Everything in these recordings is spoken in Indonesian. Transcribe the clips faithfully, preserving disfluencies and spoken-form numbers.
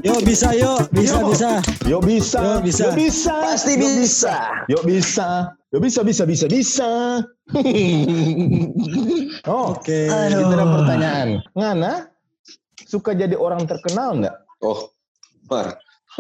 Yuk bisa, yuk bisa, Yuk. bisa. Yuk bisa, Yuk bisa. yuk bisa, Pasti yuk bisa. Yuk bisa, yuk bisa, bisa, bisa, bisa. Oh, Oke. kita ada pertanyaan. Ngana suka jadi orang terkenal nggak? Oh, Mar.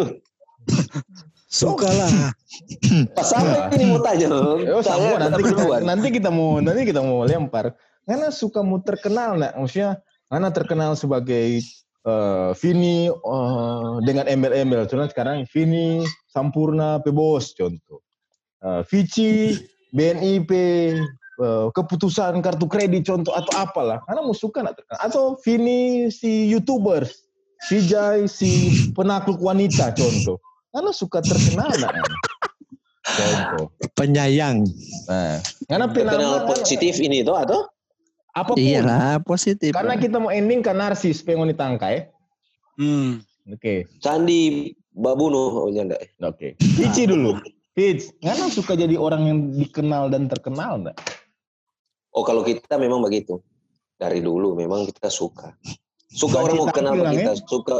Suka lah. Pas sampai ini mau tanya loh. Oh, sama Saya nanti kita, duluan. nanti kita mau nanti kita mau lempar. Ngana suka mau terkenal nggak? Maksudnya Ngana terkenal sebagai uh, Vini uh, dengan embel-embel. Contohnya sekarang Vini Sampurna Pebos contoh. Uh, Vici B N I P uh, keputusan kartu kredit contoh atau apalah. Ngana mau suka nggak terkenal? Atau Vini si YouTubers, si Jai si penakluk wanita contoh. Ngana suka terkenal nggak? Contoh. Penyayang. Nah, karena Terkenal positif ini tuh atau? apapun. Iyalah, positif. Karena kita mau ending ke narsis pengen ditangkai. Hmm. Oke. Candi Babuno, oh enggak. Oke. Vici dulu. Vici, ngana suka jadi orang yang dikenal dan terkenal enggak? Oh, kalau kita memang begitu. Dari dulu memang kita suka. Suka Banci orang mau kenal tampil, kita, ya? suka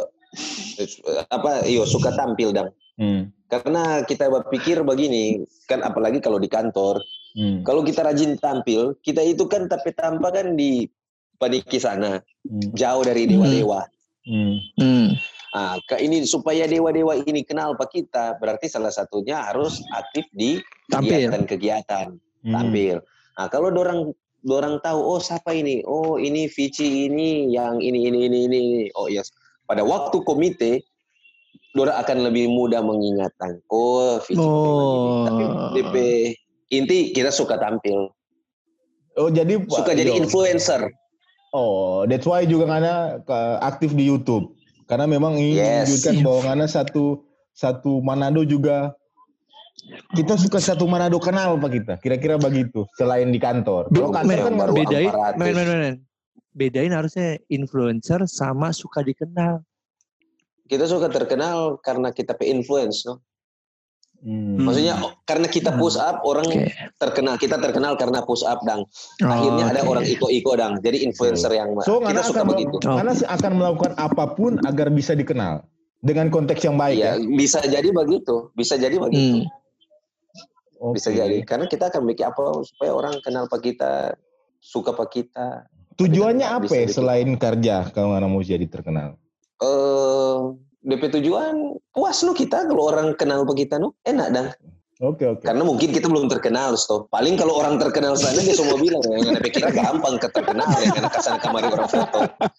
apa? Iyo, suka tampil dang. Hmm. Karena kita berpikir begini, kan apalagi kalau di kantor. Hmm. Kalau kita rajin tampil, kita itu kan tapi tanpa kan di paniki sana, Hmm. jauh dari dewa-dewa. Hmm. Hmm. Ah, ke ini supaya dewa-dewa ini kenal pak kita, berarti salah satunya harus aktif di Tampil. kegiatan-kegiatan, Hmm. tampil. Nah, kalau dorang dorang tahu, oh siapa ini, oh ini Vici ini, yang ini ini ini ini, oh yes. Pada waktu komite, dorang akan lebih mudah mengingatkan, oh Vici Oh. tapi D P inti kita suka tampil, Oh, jadi suka jadi yo. influencer. Oh, that's why juga ngana ke- aktif di YouTube. Karena memang ini Yes. menunjukkan bahwa ngana satu satu Manado juga kita suka satu Manado kenal Pak kita. Kira-kira begitu selain di kantor. Kalau kantor kan baru bedain, empat ratus. men, men, men. Bedain harusnya influencer sama suka dikenal. Kita suka terkenal karena kita pe influence, no? Hmm. Maksudnya oh, karena kita push up orang Okay. terkenal, kita terkenal karena push up dang. Akhirnya Oh, ada okay. orang iko-iko dang. Jadi influencer yang So, kita Ngana suka akan begitu. melakukan, Ngana akan melakukan apapun agar bisa dikenal dengan konteks yang baik Iya, ya. bisa jadi begitu, bisa jadi begitu, Hmm. bisa Oke. jadi. Karena kita akan bikin apa supaya orang kenal pak kita, suka pak kita. Tujuannya Kita apa bisa ya bikin. selain kerja kalau Ngana mau jadi terkenal? Eh, D P tujuan puas no kita kalau orang kenal pak kita no, enak dang. Oke oke. Karena mungkin kita belum terkenal, stop. Paling kalau orang terkenal sana dia semua bilang, yang anak pikir gampang keterkenal, yang anak kesana kamari orang foto.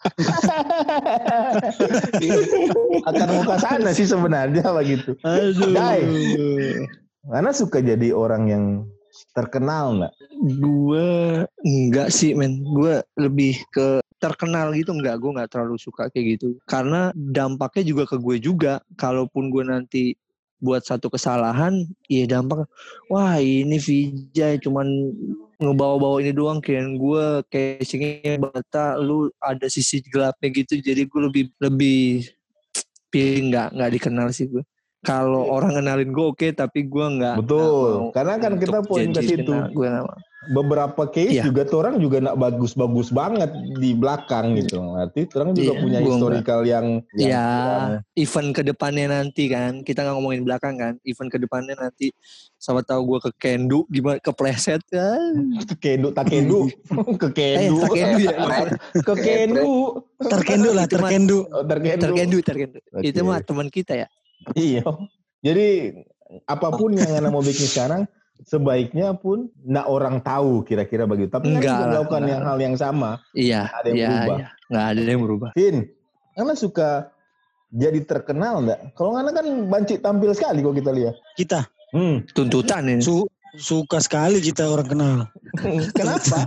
Akan mau ke sana sih sebenarnya begitu. Aduh. Dai, Ngana suka jadi orang yang terkenal nggak? Gue enggak sih men. Gue lebih ke terkenal gitu enggak. Gue nggak terlalu suka kayak gitu. Karena dampaknya juga ke gue juga. Kalaupun gue nanti buat satu kesalahan, ya dampak. Wah ini Vijay cuman ngebawa-bawa ini doang. Kayak gue casingnya bata. Lu ada sisi gelapnya gitu. Jadi gue lebih lebih pilih nggak nggak dikenal sih gue. Kalau orang kenalin gue oke, tapi gue nggak. Betul. nggak mau Karena kan kita untuk poin ke jadi situ. kenal. Gue nggak mau. Beberapa case Iya. juga tuh orang juga nak bagus-bagus banget di belakang gitu. Berarti orang juga Iya, punya gua historical yang yang Ya, yang- event ke depannya nanti kan. Kita nggak ngomongin belakang kan. Event ke depannya nanti sama tahu gue ke Kendu gimana kepleset kan. ke Kendu, tak Kendu, ke Kendu, Eh, Takendu ya. ke Kendu, Terkendu lah, Itu mah- terkendu. Oh, terkendu. Terkendu, terkendu. Oke. Itu mah teman kita ya. Iya. Jadi apapun yang Anda mau bikin sekarang, sebaiknya pun nak orang tahu kira-kira begitu. Tapi Anda Enggak juga lah, melakukan enggak. yang hal yang sama. Iya, Ada yang iya, berubah. iya. Nggak ada yang berubah. Vin, Anda suka jadi terkenal enggak? Kalau Anda kan banci tampil sekali kalau kita lihat. Kita Hmm. Tuntutan ini. su suka sekali kita orang kenal. Kenapa?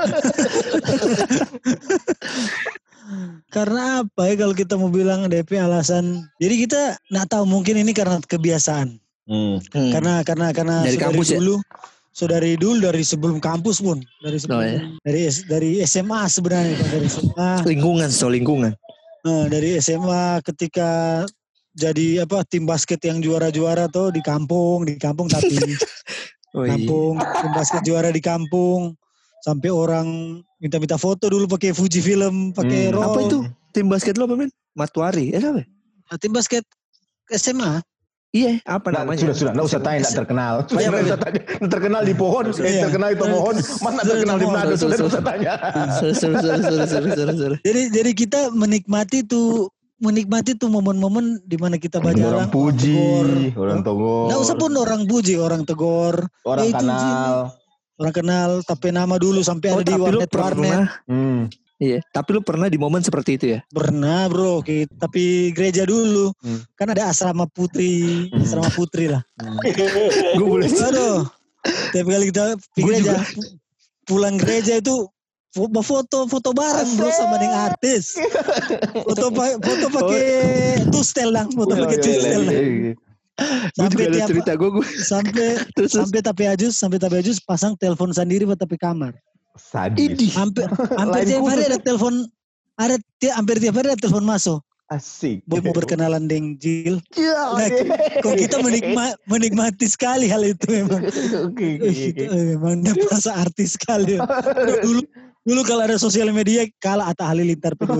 Karena apa ya kalau kita mau bilang D P alasan. Jadi kita nggak tahu mungkin ini karena kebiasaan. Hmm. Hmm. Karena karena karena Dari saudari kampus ya? dulu, saudari dulu dari sebelum kampus pun, dari sebelum, Oh, ya. dari S- dari S M A sebenarnya Pak. Dari S M A. Lingkungan, so lingkungan. Nah, dari S M A ketika jadi apa tim basket yang juara-juara tuh di kampung, di kampung tapi Oh, iya. kampung, tim basket juara di kampung. Sampai orang minta-minta foto dulu pakai Fuji Film, pakai Hmm. roll. Apa itu? Tim basket lo apa men? Matuari. Eh apa? Tim basket S M A. Iya, apa Nah, namanya? sudah sudah, nggak usah tanya, nggak terkenal. Oh, iya, Nggak usah tanya, terkenal di pohon, eh, Iya. terkenal di pohon, mana terkenal di Manado, sudah nggak usah tanya. Sorry, sorry, sorry, sorry, sorry, sorry, sorry. Jadi jadi kita menikmati tuh menikmati tuh momen-momen di mana kita bajalang, Orang puji, tegor. orang tegor, Nggak usah pun orang puji, orang tegor. orang Ya, itu kenal. Orang kenal, tapi nama dulu sampai Oh, ada di tapi lu warnet-warnet. pernah, Hmm. iya, tapi lu pernah di momen seperti itu ya? Pernah bro, kita, tapi gereja dulu. Hmm. Kan ada asrama putri, Hmm. asrama putri lah. Gue boleh. Aduh, tiap kali kita pergi Gua gereja, juga. pu- pulang gereja itu fo- foto foto bareng bro sama dengan artis. Foto pa- foto pakai tustel lang, foto Oh, pakai iya, tustel iya, lang. iya, iya. Gue juga Sampai ada tiap cerita gue. gue. sampai Terus, terus. sampai tapi ajus sampai tapi ajus pasang telepon sendiri buat tapi kamar. Sadis. Idih. Hampir hampir Lain tiap hari khusus. ada telepon ada ti- hampir tiap hari ada telepon masuk. Asik. Mau mau berkenalan dengan Jill. Ya, Nah, kok kita menikma, menikmati sekali hal itu memang. Oke, oke, Eh, oke. kita, eh, memang dia merasa artis sekali. Ya. Dulu dulu kalau ada sosial media kalah Atta Halilintar peduli.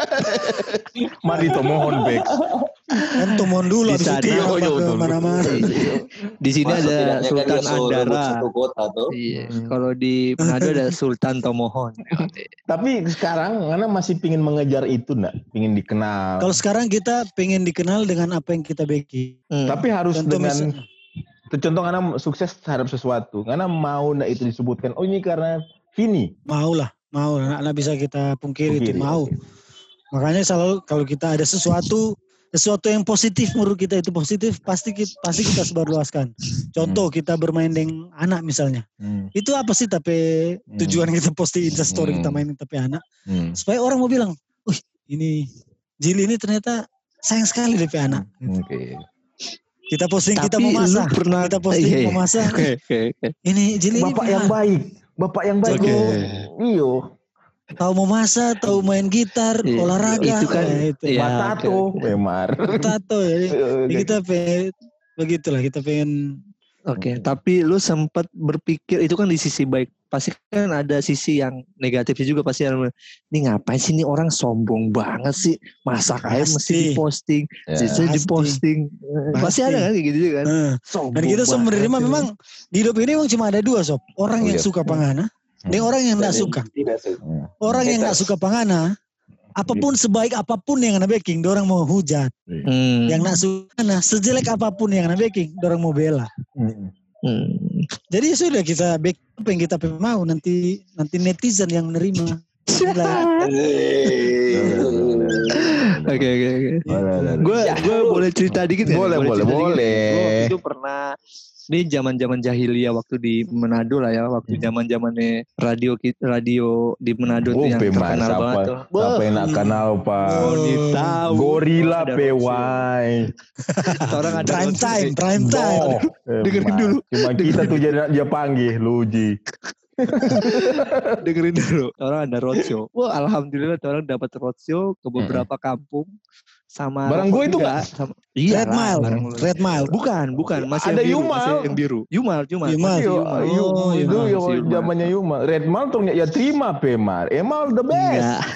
Mari to mohon Bex. Kan tumon dulu Di habis sana, itu iya, apa iya, ke betul, mana-mana. Di sini Masuk ada tidaknya kan Sultan dia suruh rebut Andara. satu kota tuh. Iya. Hmm. Kalau di Manado ada Sultan Tomohon. Tapi sekarang karena masih pingin mengejar itu nak, pingin dikenal. Kalau sekarang kita pengen dikenal dengan apa yang kita bikin. Hmm. Tapi harus Contoh dengan misal- contoh karena sukses terhadap sesuatu. Karena mau nak itu disebutkan, oh ini karena Vini. Mau lah, mau. Anak-anak bisa kita pungkiri itu Pungkiri, mau. oke. Makanya selalu kalau kita ada sesuatu sesuatu yang positif menurut kita itu positif pasti kita, pasti kita sebarluaskan. Contoh kita bermain dengan anak misalnya. Hmm. Itu apa sih tapi Hmm. tujuan kita posting Insta story Hmm. kita main tapi anak Hmm. supaya orang mau bilang, "Wih, ini Jili ini ternyata sayang sekali D P anak." Oke. Kita posting kita Tapi mau lu masak, pernah kita posting iya, iya. mau masak. Oke, oke, oke. Ini Jili Bapak ini yang ah, baik, bapak yang baik. Oke. Iyo. tahu mau masak, tahu main gitar, Iya, olahraga. itu kan, eh, itu. iya. Batato, memar. Tato ya. Jadi Oke. kita pengen begitulah kita pengen Oke, tapi lu sempat berpikir itu kan di sisi baik. Pasti kan ada sisi yang negatifnya juga pasti. Ada, ini ngapain sih ini orang sombong banget sih, masak aja mesti Pasti. diposting, Ya. sisa Pasti. diposting. Pasti. Pasti. ada kan kayak gitu juga kan. eh, Sombong dan kita banget. menerima memang di hidup ini memang cuma ada dua sob. Orang Oh, yang iya. suka pangana dan orang yang tidak suka. Tidak suka. Orang yang tidak Haters. suka pangana, apapun sebaik apapun yang anda baking, orang mau hujat. Hmm. Yang tidak suka, nah sejelek apapun yang anda baking, orang mau bela. Hmm. Hmm. Jadi sudah kita bake apa yang kita mau nanti nanti netizen yang menerima. Oke oke oke. Boleh, boleh. Gue gue boleh cerita dikit nggak? Boleh, boleh, cerita dikit nggak? boleh. Gua waktu itu pernah ini zaman-zaman jahiliyah waktu di Manado lah ya, waktu Hmm. zaman-zamannya radio ki- radio di Manado Oh, tuh yang Pemar, terkenal siapa- banget tuh. Siapa yang nak Hmm. kenal Pak? Oh, tahu. Gorila Ada P roadshow. Y. Orang ada Prime roadshow. time, prime time. No, Dengerin Pemar. dulu. Cuma kita tuh dia, dia panggil Luji. Dengerin dulu. Orang ada roadshow. Wah, alhamdulillah tuh orang dapat roadshow ke beberapa kampung sama Barang rokok gue itu juga. nggak? Sama, iya Red lah, Mile, barang lu. Red Mile. Bukan, bukan. Masih Ada yang biru, Yumal. masih yang biru. Yumal, Yumal. Yumal. Masih Yo, Yumal. yo, Oh, itu Yumal, yo masih Yumal. zamannya Yumal. Red Mal tuh ya terima Pemar. Emal the best. Enggak.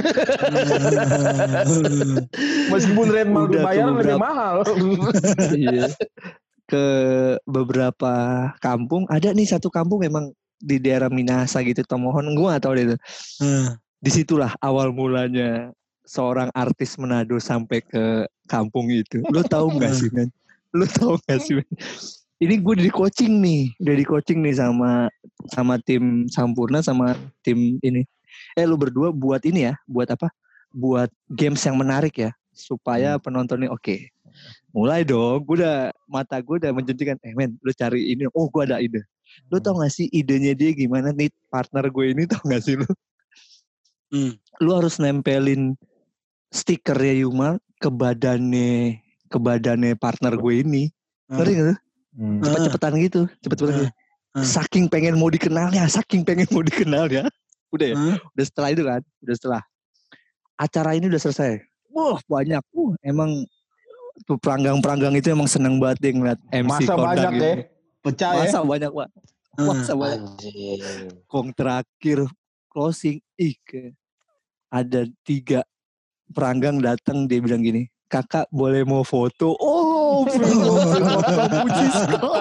Meskipun Red Mal Udah ke dibayar lebih beberapa- mahal. Iya. Ke beberapa kampung, ada nih satu kampung memang di daerah Minahasa gitu, Tomohon, gue gak tahu deh itu. Hmm. Disitulah awal mulanya seorang artis Manado sampai ke kampung itu. Lo tahu nggak sih men? Lo tahu nggak sih men? Ini gue udah di coaching nih, udah di coaching nih sama sama tim Sampurna sama tim ini. Eh lu berdua buat ini ya, buat apa? Buat games yang menarik ya, supaya penontonnya oke. Mulai dong, gue udah mata gue udah menjanjikan, eh men, lu cari ini. Oh, gue ada ide. Lu tau gak sih idenya dia gimana nih, partner gue ini, tau gak sih lu? Hmm. Lu harus nempelin stikernya Yumal ke badannya ke badannya partner gue ini. Ngerti gak lu? Hmm. Cepet-cepetan gitu, cepet-cepetan Hmm. gitu. Hmm. Saking pengen mau dikenal ya, saking pengen mau dikenal ya. Udah ya, Hmm. udah setelah itu kan, udah setelah acara ini udah selesai. Wah banyak, uh, emang tuh peranggang-peranggang itu emang seneng banget deh ngeliat M C Masa kondang banyak gitu. ya? Pecah ya? Masa banyak pak, Hmm. masa banyak. Anjir. Kong terakhir closing, ih ke- ada tiga peranggang datang dia bilang gini, kakak boleh mau foto. Oh, Makam Puji Sekali.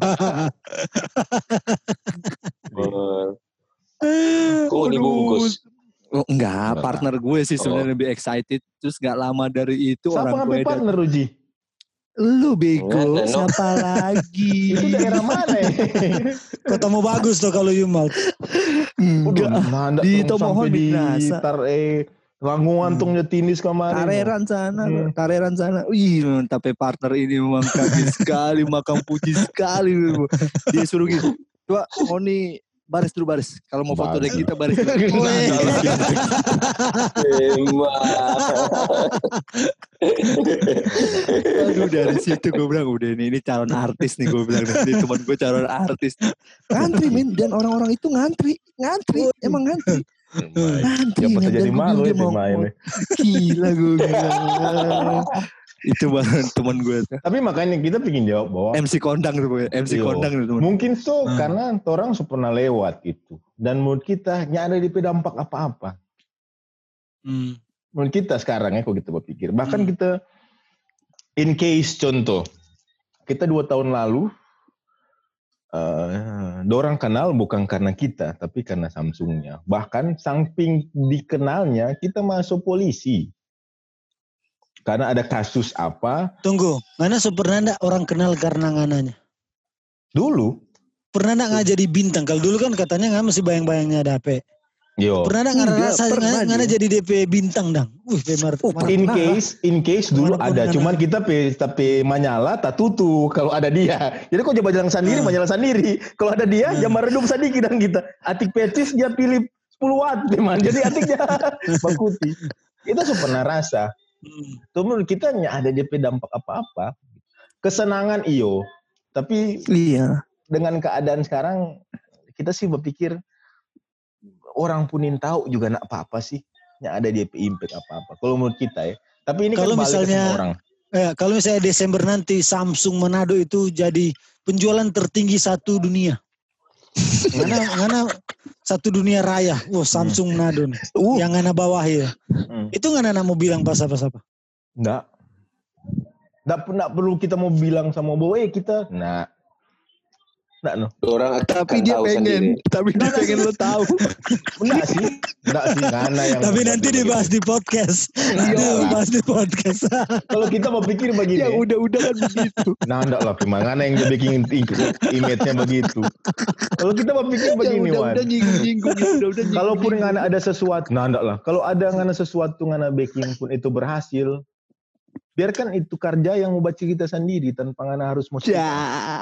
Kok dibungkus? Oh, enggak, Enggak. partner gue sih sebenarnya Oh. lebih excited. Terus gak lama dari itu Siapa orang gue ngapain partner Ruji? Lu bego, Enggak, no. siapa lagi? Itu daerah mana ya? Kota mau bagus tuh kalau Yumalt. Enggak, Nanda di terus Tomohon sampai di Minasa. tar eh Rangungan tong nyetinis kemarin. Kareran sana, Hmm. kareran sana. Wih, tapi partner ini memang kami sekali, Makam Puji sekali. Dia suruh gitu. Coba, oh nih, baris dulu baris. Kalau mau foto Baris. dari kita baris dulu. Weh. Aduh, dari situ gue bilang udah ini, ini calon artis nih gue bilang. Ini teman gue calon artis. Ngantri men, dan orang-orang itu ngantri, ngantri, emang ngantri. Ngantri. Ya pas men. jadi Dan gue malu bilang ya dia mau- main. Gila gue bilang. Itu banget teman gue. Tapi makanya kita pengen jawab bahwa M C kondang tuh, M C Iya. kondang tuh teman. mungkin so Hmm. karena orang so pernah lewat gitu. Dan menurut kita nggak ada di dampak apa-apa. Hmm. Menurut kita sekarang ya kalau kita berpikir. Bahkan Hmm. kita in case contoh. Kita dua tahun lalu uh, dorang kenal bukan karena kita. Tapi karena Samsungnya. Bahkan samping dikenalnya kita masuk polisi. Karena ada kasus apa. Tunggu, Ngana so pernah enggak orang kenal karena Ngananya? Dulu. Pernah enggak nggak jadi bintang? Kalau dulu kan katanya Ngana masih bayang-bayangnya ada P. Yo. Pernah enggak Ngana Enggak, rasa pernah Ngana, Ngana dia. jadi D P bintang dang? Wih, Pemar. Oh, Mar- In Pernah. case, in case dulu Walaupun ada, karena- cuman kita pe, tapi Manyala tak tutu kalau ada dia. Jadi kok coba jalan sendiri, Hmm. Manyala sendiri. Kalau ada dia, Hmm. jamar redup sedikit dan kita. Atik pecis dia pilih sepuluh watt, teman. Jadi atiknya bakuti. Kita sudah pernah rasa. Hmm. Tuh menurut kita nggak ada D P dampak apa-apa. Kesenangan iyo, tapi Iya. dengan keadaan sekarang kita sih berpikir orang punin tahu juga nak apa-apa sih. Nggak ada D P impact apa-apa. Kalau menurut kita ya. Tapi ini Kalau kan balik ke misalnya- semua orang. Ya, kalau misalnya Desember nanti Samsung Manado itu jadi penjualan tertinggi satu dunia. Ngana, Ngana satu dunia raya. Wah, Samsung Manado nih. Uh, Yang Ngana bawah ya. Hmm. Itu Ngana mau bilang pas apa-apa. Nggak. Nggak, nggak perlu kita mau bilang sama bahwa eh kita. Nah. Nggak no. Orang akan tapi dia tahu pengen, sendiri. tapi dia pengen lo tahu. Nggak sih. Nggak sih. Ngana yang. Tapi nanti dibahas di podcast. Nanti Iya. dibahas di podcast. Kalau kita mau pikir begini. Yang udah-udah kan begitu. Nah enggak lah. Ngana yang dia bikin image-nya begitu. Kalau kita mau pikir Yang begini Wan. udah-udah nyinggung-nyinggung. Yang udah-udah nyinggung. Kalaupun Ngana ada sesuatu. Nah enggak lah. Kalau ada Ngana sesuatu Ngana baking pun itu berhasil. Biarkan itu kerja yang mau baca kita sendiri tanpa Ngana harus mau. Ya.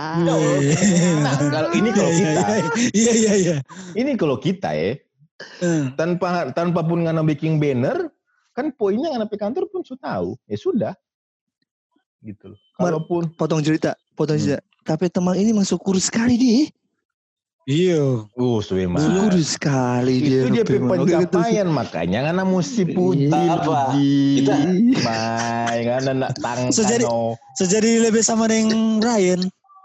Nah, kalau ini kalau kita, Iya, iya, iya. ini kalau kita ya, Hmm. tanpa tanpa pun Ngana bikin banner, kan poinnya Ngana pe kantor pun sudah tahu. Ya sudah. Gitu loh. Mar- Kalaupun Potong cerita, potong Hmm. cerita. Tapi teman ini masuk kurus sekali nih. Iya. uh suwe mah. Kurus sekali dia. Itu dia pe Memang. Oke, pencapaian makanya Ngana mesti puji Apa? puji. Kita- Mai Ngana nak tang So, jadi- kano. Sejadi lebih sama dengan Ryan.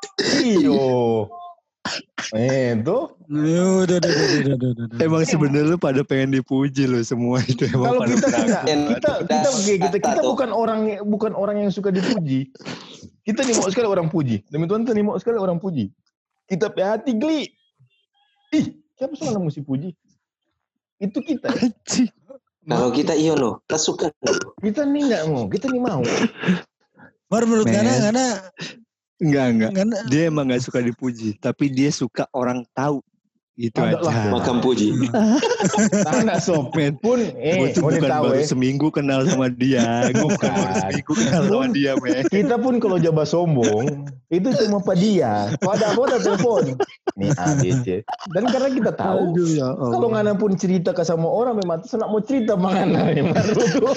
Iyo. Eh itu Udah, udah, udah, udah, udah, udah, udah. Emang sebenarnya pada pengen dipuji loh semua itu emang. kalau pada kita pengen. tidak Dan- kita kita dan- kita kita, kita atau- bukan orang bukan orang yang suka dipuji. Kita nih mau sekali orang puji. Demi Tuhan nih mau sekali orang puji. Kita pe hati geli. Ih, siapa suka mesti puji? Itu kita. ya. Kalau kita iya loh, kita suka. Kita nih nggak mau, kita nih mau. Mar menurut Men. Ngana, Ngana, Enggak, enggak. Ngana, Dia emang gak suka dipuji, tapi dia suka orang tahu. Gitu Ada lah. aja. Makam puji. Nah, nggak sob. Men, Pun gue eh tuh mau bukan tahu baru ya. seminggu kenal sama dia. Gue bukan baru Bukan. seminggu kenal sama dia, men. Kita pun kalau coba sombong, itu cuma pada dia. Kalau ada apa-apa telepon. Nih A B C. Dan karena kita tahu, Aduh, ya kalau Allah. Ngana pun cerita ke sama orang, memang tuh senang mau cerita sama Ngana. Memang betul.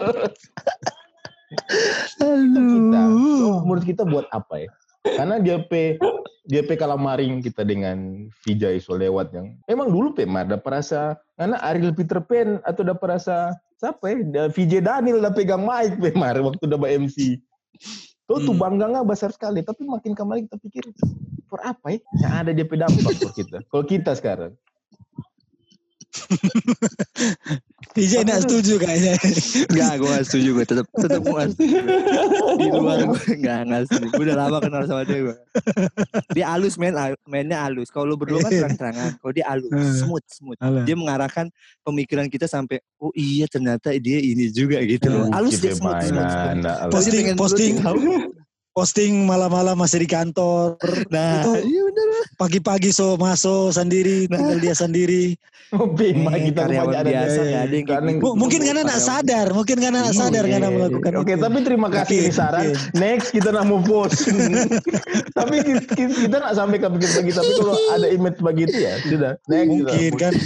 Kita, so, menurut kita buat apa ya? Karena dia pe dia pe kalamaring kita dengan Vijay so lewat yang emang dulu pe mar ada perasa karena Ariel Peter Pan atau ada perasa siapa ya da, Vijay Daniel udah pegang mic pe mar waktu udah M C. Tuh tuh Hmm. bangganya besar sekali tapi makin kembali kita pikir for apa ya? Yang ada dia pe dampak for kita. Kalau kita sekarang Ije enggak setuju kayaknya. Enggak, gue gak setuju. Gue tetap tetap gue gak setuju. Di luar gue enggak enggak setuju. Gue udah lama kenal sama dia gue. Dia halus men, mainnya halus. Kalau lu berdua kan terang-terangan. Kalau dia halus, smooth, smooth. Dia mengarahkan pemikiran kita sampai, oh iya ternyata dia ini juga gitu loh. Halus dia smooth. Posting, posting, posting malam-malam masih di kantor. Nah, itu iya bener. Pagi-pagi so masuk sendiri, tinggal dia sendiri. Oh, bima Eh, kita karyawan kebanyakan biasa ada- nggak ada yang kayak karena- gitu. Mungkin karena enggak sadar, mungkin karena enggak Iya, sadar karena Iya, melakukan iya. Oke, itu. tapi terima kasih Mungkin, ini saran. mungkin. Next kita nak mau post. Tapi kita, kita nak sampai ke pikir begitu. Tapi kalau ada image begitu ya sudah. Next Mungkin kita kan.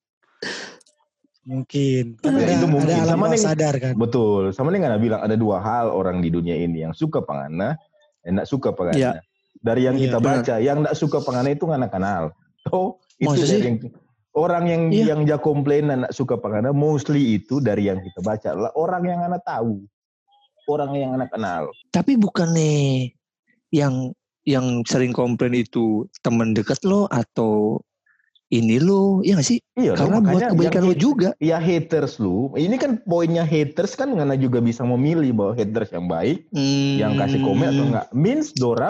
Mungkin. Kan Ya, ada, itu mungkin. ada alam Sama bawah nih- sadar kan. Betul. Sama nih nggak bilang ada dua hal orang di dunia ini yang suka pangana, yang nggak suka pangana. Iya. Dari yang Iya, kita benar. baca, yang nggak suka pangana itu nggak kenal. Oh, itu Masa dari sih? yang, orang yang Iya. yang ja komplain dan nggak suka pangana, mostly itu dari yang kita baca adalah orang yang anak tahu, orang yang anak kenal. Tapi bukannya yang yang sering komplain itu teman dekat lo atau ini lo, ya nggak sih? Iya, Karena loh, buat makanya kebaikan yang lo juga. Ya haters lu. Ini kan poinnya haters kan karena juga bisa memilih bahwa haters yang baik, Hmm. yang kasih komen atau enggak. Means dorang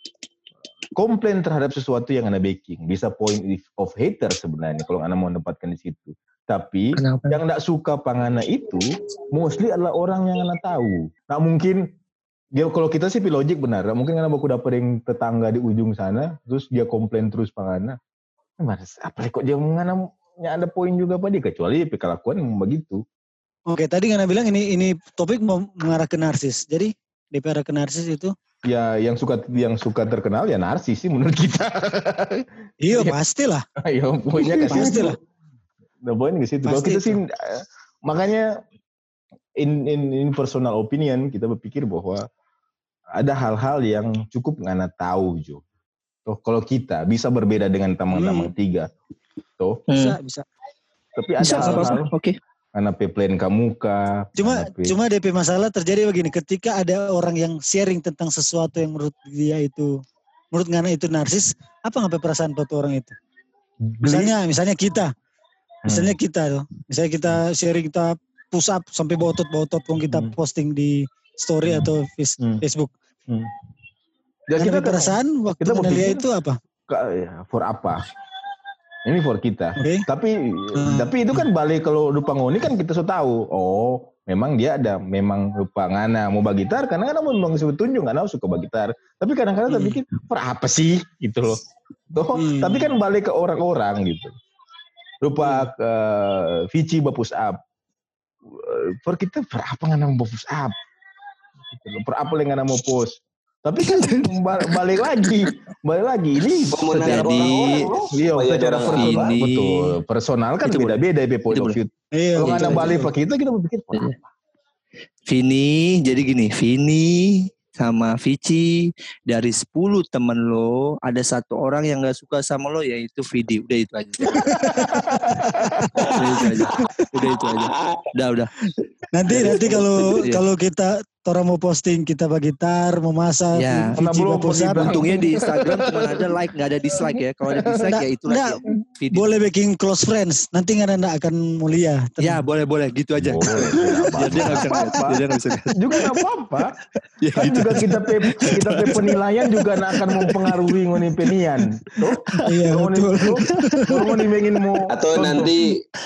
komplain terhadap sesuatu yang anda backing. Bisa point of hater sebenarnya kalau anda mau mendapatkan di situ. Tapi Kenapa? yang enggak suka pangana itu mostly adalah orang yang anda tahu. Nah mungkin dia kalau kita sih logik benar. Mungkin karena aku dapat yang tetangga di ujung sana, terus dia komplain terus pangana. Mas, apa kok dia mengana ada poin juga pada dia kecuali kelakuan yang begitu. Oke, tadi Ngana bilang ini ini topik mau mengarah ke narsis. Jadi D P arah ke narsis itu? Ya yang suka yang suka terkenal ya narsis sih menurut kita. Iya, pastilah. Ayo poinnya ke situ. Pastilah. Nah, poin ke situ. Kalau Pasti kita itu. sih eh, makanya in, in in personal opinion kita berpikir bahwa ada hal-hal yang cukup Ngana tahu Jo. Tuh, kalau kita bisa berbeda dengan teman-teman Hmm. tiga. Tuh, Bisa, bisa. tapi ada Bisa, nggak hal-hal apa-apa. Oke. karena plan kamuka. Cuma karena P- cuma D P masalah terjadi begini, ketika ada orang yang sharing tentang sesuatu yang menurut dia itu menurut Ngana itu narsis, apa ngapain perasaan buat orang itu? Misalnya misalnya kita, misalnya kita tuh, misalnya kita sharing kita push up sampai botot-botot kalau kita Hmm. posting di story Hmm. atau face- Hmm. Facebook. Hmm. Ya, Ngana kita kan- perasaan waktu kita Ngana lihat berpikir- itu apa? Ka- ya, for apa? Ini for kita. Oke. Tapi Hmm. tapi itu kan balik kalau rupa ngoni kan kita sudah tahu. Oh, memang dia ada memang rupa Ngana mau bagitar karena Ngana mau memang suka tunjuk Ngana suka bagitar. Tapi kadang-kadang Hmm. kita pikir for apa sih gitu loh. Tuh, Hmm. tapi kan balik ke orang-orang gitu. Rupa uh, Vici bapus up. Uh, for kita for apa Ngana mau bapus up? Gitu loh. For apa yang Ngana mau post? Tapi kan ba- balik lagi, balik lagi ini Oh, secara jadi, orang-orang, iya, supaya secara orang personal, ini- betul. Personal kan Itu beda-beda ya point Itu of view. Iya, Kalau nggak ada betul, balik betul. ke kita, kita berpikir wah, Iya. Vini, jadi gini, Vini sama Vici dari sepuluh temen lo ada satu orang yang gak suka sama lo yaitu Vidi. Udah itu aja. Udah itu aja. Udah itu aja. Udah udah. Nanti nanti kalau Iya. kalau kita orang mau posting kita bagitar, mau masak, Ya. Vici Karena belum bagus pergi apa. bang. Untungnya di Instagram cuma ada like, nggak ada dislike ya. Kalau ada dislike Nggak, ya itulah nggak, dia. Vidi. boleh baking close friends. Nanti nggak ada akan mulia. Ya boleh boleh gitu aja. boleh, tidak Biar dia nggak bisa ngeliat. apa-apa. Biar dia nggak bisa ngeliat. Juga nggak apa-apa. Ya Kan gitu. juga kita pe, kita pe penilaian juga nggak akan mempengaruhi ngoni penian. Tuh, Iya, kalau ngoni betul. tuh, kalau ngoni ingin mau Atau contoh. nanti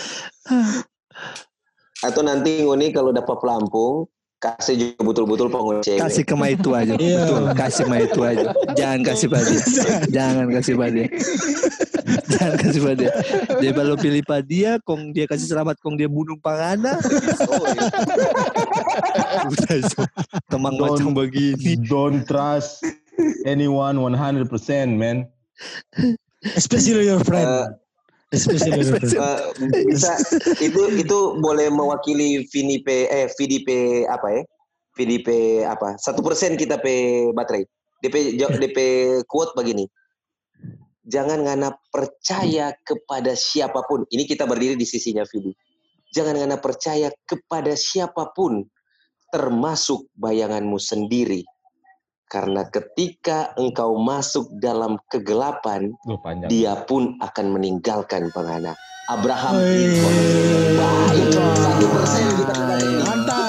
atau nanti ngoni kalau dapat pelampung kasih juga betul-betul penghuni cewek. Kasih ke Maitu aja. Iya. Betul, kasih Maitu aja. Jangan kasih pada dia. Jangan kasih pada dia. Jangan kasih pada dia. Dia kalau pilih pada dia, kong dia kasih selamat, kong dia bunuh pangana. Oh, iya. Udah itu. Temang Don't- macam begini. Don't trust anyone one hundred percent, man. Especially your friend. Eh, Especially your friend. Eh, bisa itu itu boleh mewakili Vini P eh V D P apa ya? V D P apa? Satu persen kita P baterai. D P jo- D P quote begini. Jangan ngana percaya kepada siapapun. Ini kita berdiri di sisinya Vidi. Jangan ngana percaya kepada siapapun, termasuk bayanganmu sendiri. Karena ketika engkau masuk dalam kegelapan, Duh, panjang. dia pun akan meninggalkan pengana. Abraham Lincoln. Wah, itu satu persen kita dapat. Mantap.